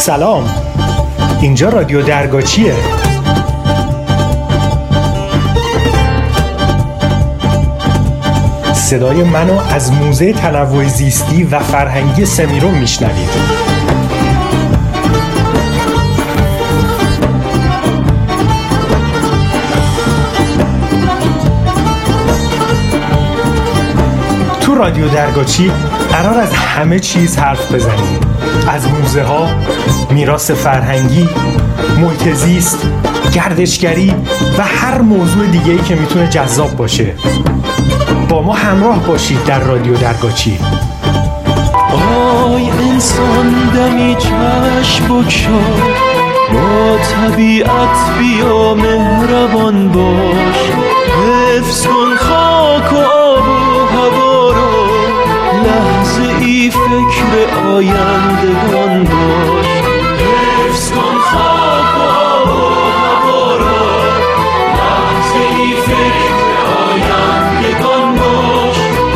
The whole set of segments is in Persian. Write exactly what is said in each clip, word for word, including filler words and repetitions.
سلام، اینجا رادیو درگاچیه. صدای منو از موزه تنوع زیستی و فرهنگی سمیرون میشنوید. تو رادیو درگاچی قرار از همه چیز حرف بزنیم، از موزه ها، میراث فرهنگی، محیط زیست، گردشگری و هر موضوع دیگه‌ای که میتونه جذاب باشه. با ما همراه باشید در رادیو درگاچی. آی انسان دمی چشم بگشا، با طبیعت بیا مهربان باش، حفظ کن خاک و آب و هوا را، لحظه ای فکر آیندگان باش، حفظ کن خاک و آب و هوا را، لحظه ای فکر آیندگان باش.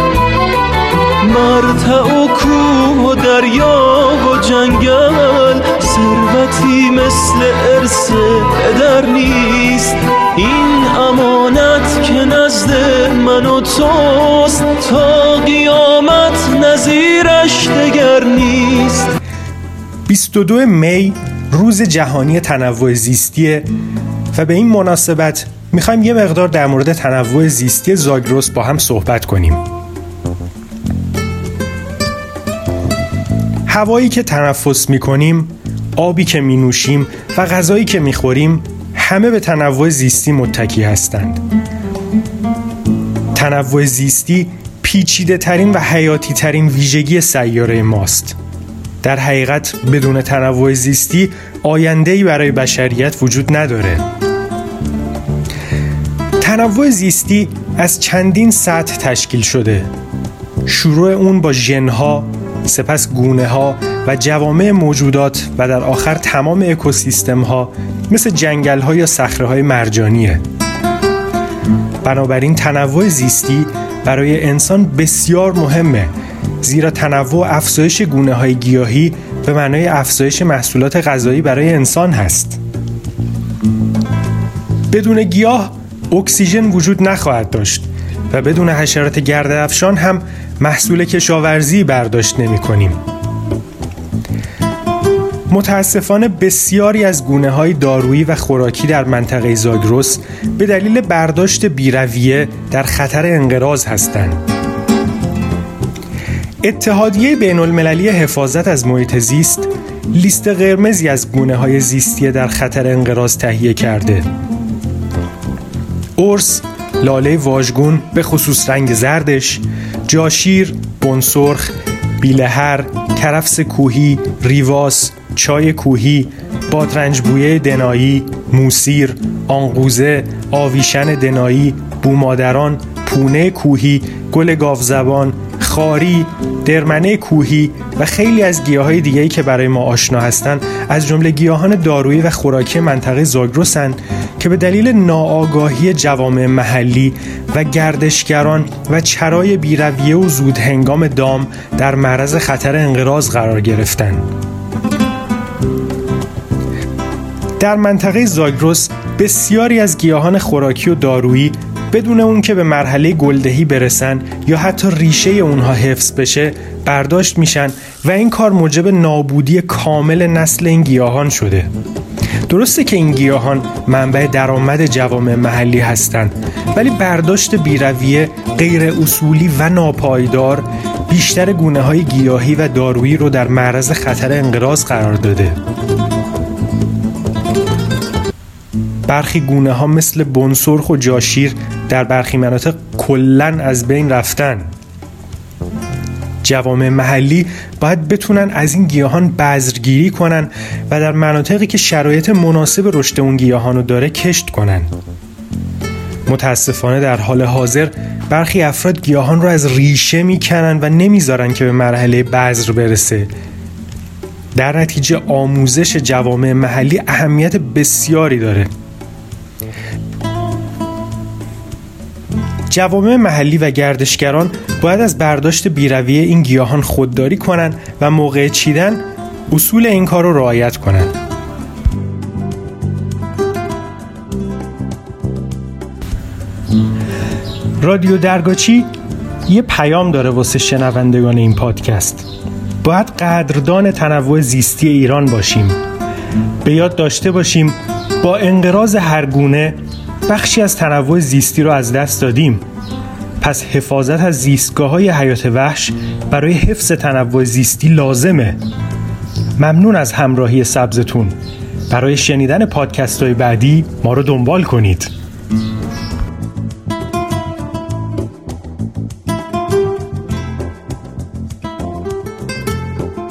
مرتع و کوه و دریا و جنگل، ثروتی مثل ارث پدر نیست، این امانت که نزد من و توست، تا قیامت نظیرش دگر نیست. بیست و دو می روز جهانی تنوع زیستیه و به این مناسبت میخوایم یه مقدار در مورد تنوع زیستی زاگرس با هم صحبت کنیم. هوایی که تنفس میکنیم، آبی که مینوشیم و غذایی که میخوریم همه به تنوع زیستی متکی هستند. تنوع زیستی پیچیده ترین و حیاتی ترین ویژگی سیاره ماست. در حقیقت بدون تنوع زیستی آینده‌ای برای بشریت وجود نداره. تنوع زیستی از چندین سطح تشکیل شده. شروع اون با ژن‌ها، سپس گونه‌ها و جوامع موجودات و در آخر تمام اکوسیستم‌ها مثل جنگل‌ها یا صخره‌های مرجانیه. بنابراین تنوع زیستی برای انسان بسیار مهمه، زیرا تنوع افزایش گونه‌های گیاهی به معنای افزایش محصولات غذایی برای انسان هست. بدون گیاه اکسیژن وجود نخواهد داشت و بدون حشرات گرده‌افشان هم محصول کشاورزی برداشت نمی‌کنیم. متاسفانه بسیاری از گونه‌های دارویی و خوراکی در منطقه زاگرس به دلیل برداشت بی‌رویه در خطر انقراض هستند. اتحادیه بین‌المللی حفاظت از محیط زیست لیست قرمزی از گونه‌های زیستی در خطر انقراض تهیه کرده. ارس، لاله واژگون به خصوص رنگ زردش، جاشیر، بنسرخ، بیلهر، کرفس کوهی، ریواس، چای کوهی، بادرنجبویه دنایی، موسیر، آنقوزه، آویشن دنایی، بومادران، پونه کوهی، گل گاوزبان، خاری، درمنه کوهی و خیلی از گیاهای دیگه‌ای که برای ما آشنا هستند از جمله گیاهان دارویی و خوراکی منطقه زاگرس‌اند که به دلیل ناآگاهی جوامع محلی و گردشگران و چرای بی‌رویه و زود هنگام دام در معرض خطر انقراض قرار گرفتند. در منطقه زاگرس بسیاری از گیاهان خوراکی و دارویی بدون اون که به مرحله گلدهی برسن یا حتی ریشه اونها حفظ بشه برداشت میشن و این کار موجب نابودی کامل نسل این گیاهان شده. درسته که این گیاهان منبع درآمد جوامع محلی هستند، ولی برداشت بی‌رویه، غیر اصولی و ناپایدار بیشتر گونه‌های گیاهی و دارویی رو در معرض خطر انقراض قرار داده. برخی گونه‌ها مثل بنسرخ و جاشیر در برخی مناطق کلاً از بین رفتن. جوامع محلی باید بتونن از این گیاهان بذرگیری کنن و در مناطقی که شرایط مناسب رشد اون گیاهانو داره کشت کنن. متاسفانه در حال حاضر برخی افراد گیاهان رو از ریشه میکنن و نمیذارن که به مرحله بذر برسه. در نتیجه آموزش جوامع محلی اهمیت بسیاری داره. جوامع محلی و گردشگران باید از برداشت بی‌رویه این گیاهان خودداری کنن و موقع چیدن اصول این کار رو رعایت کنن. رادیو درگاچی یه پیام داره واسه شنوندگان این پادکست. باید قدردان تنوع زیستی ایران باشیم. به یاد داشته باشیم با انقراض هر گونه بخشی از تنوع زیستی رو از دست دادیم. پس حفاظت از زیستگاه‌های حیات وحش برای حفظ تنوع زیستی لازمه. ممنون از همراهی سبزتون. برای شنیدن پادکست‌های بعدی ما رو دنبال کنید.